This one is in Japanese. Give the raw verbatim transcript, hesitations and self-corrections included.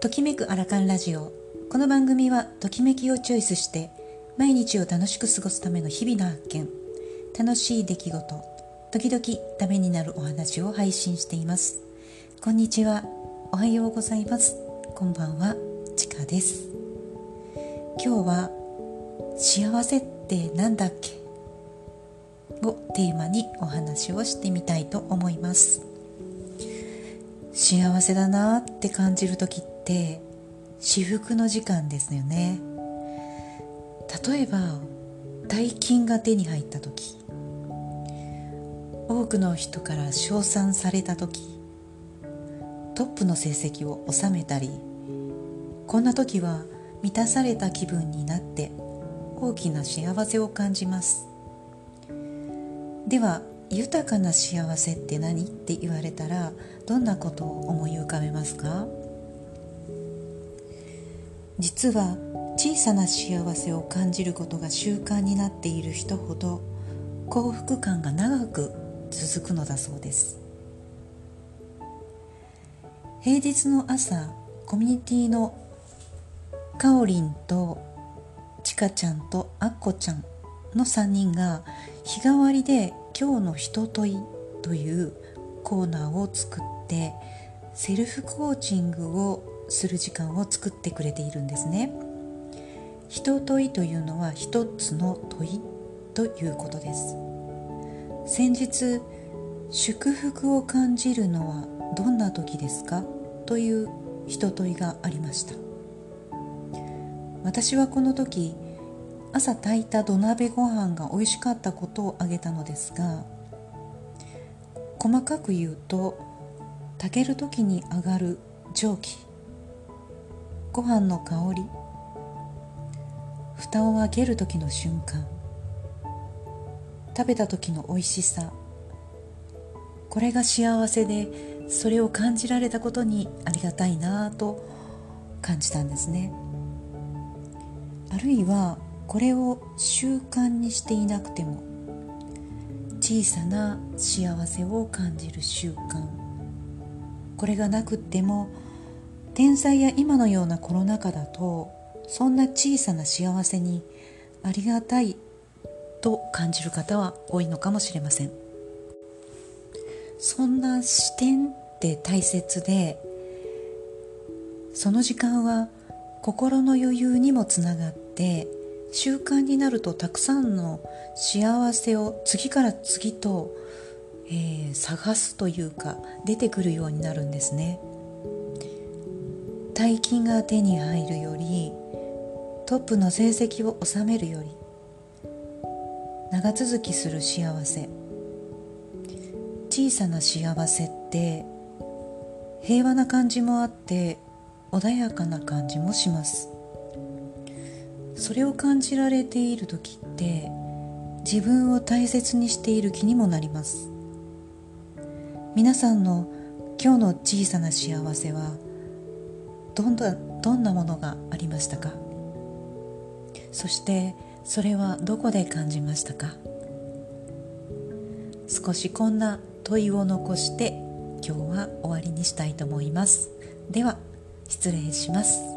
ときめくアラカンラジオ。この番組はときめきをチョイスして毎日を楽しく過ごすための日々の発見、楽しい出来事、時々ためになるお話を配信しています。こんにちは、おはようございます、こんばんは、ちかです。今日は幸せってなんだっけをテーマにお話をしてみたいと思います。幸せだなって感じる時って至福の時間ですよね。例えば大金が手に入った時、多くの人から称賛された時、トップの成績を収めたり、こんな時は満たされた気分になって大きな幸せを感じます。では豊かな幸せって何って言われたらどんなことを思い浮かべますか？実は小さな幸せを感じることが習慣になっている人ほど幸福感が長く続くのだそうです。平日の朝、コミュニティのかおりんとちかちゃんとあっこちゃんのさんにんが日替わりで今日のひとといというコーナーを作ってセルフコーチングをする時間を作ってくれているんですね。ひとといというのは一つの問いということです。先日、祝福を感じるのはどんな時ですかというひとといがありました。私はこの時、朝炊いた土鍋ご飯が美味しかったことを挙げたのですが、細かく言うと、炊ける時に上がる蒸気、ご飯の香り、蓋を開ける時の瞬間、食べた時の美味しさ、これが幸せで、それを感じられたことにありがたいなぁと感じたんですね。あるいはこれを習慣にしていなくても小さな幸せを感じる習慣、これがなくっても天災や今のようなコロナ禍だとそんな小さな幸せにありがたいと感じる方は多いのかもしれません。そんな視点って大切で、その時間は心の余裕にもつながって習慣になるとたくさんの幸せを次から次と、えー、探すというか出てくるようになるんですね。大金が手に入るより、トップの成績を収めるより、長続きする幸せ、小さな幸せって平和な感じもあって穏やかな感じもします。それを感じられている時って自分を大切にしている気にもなります。皆さんの今日の小さな幸せはどんな、どんなものがありましたか？そしてそれはどこで感じましたか？少しこんな問いを残して今日は終わりにしたいと思います。では失礼します。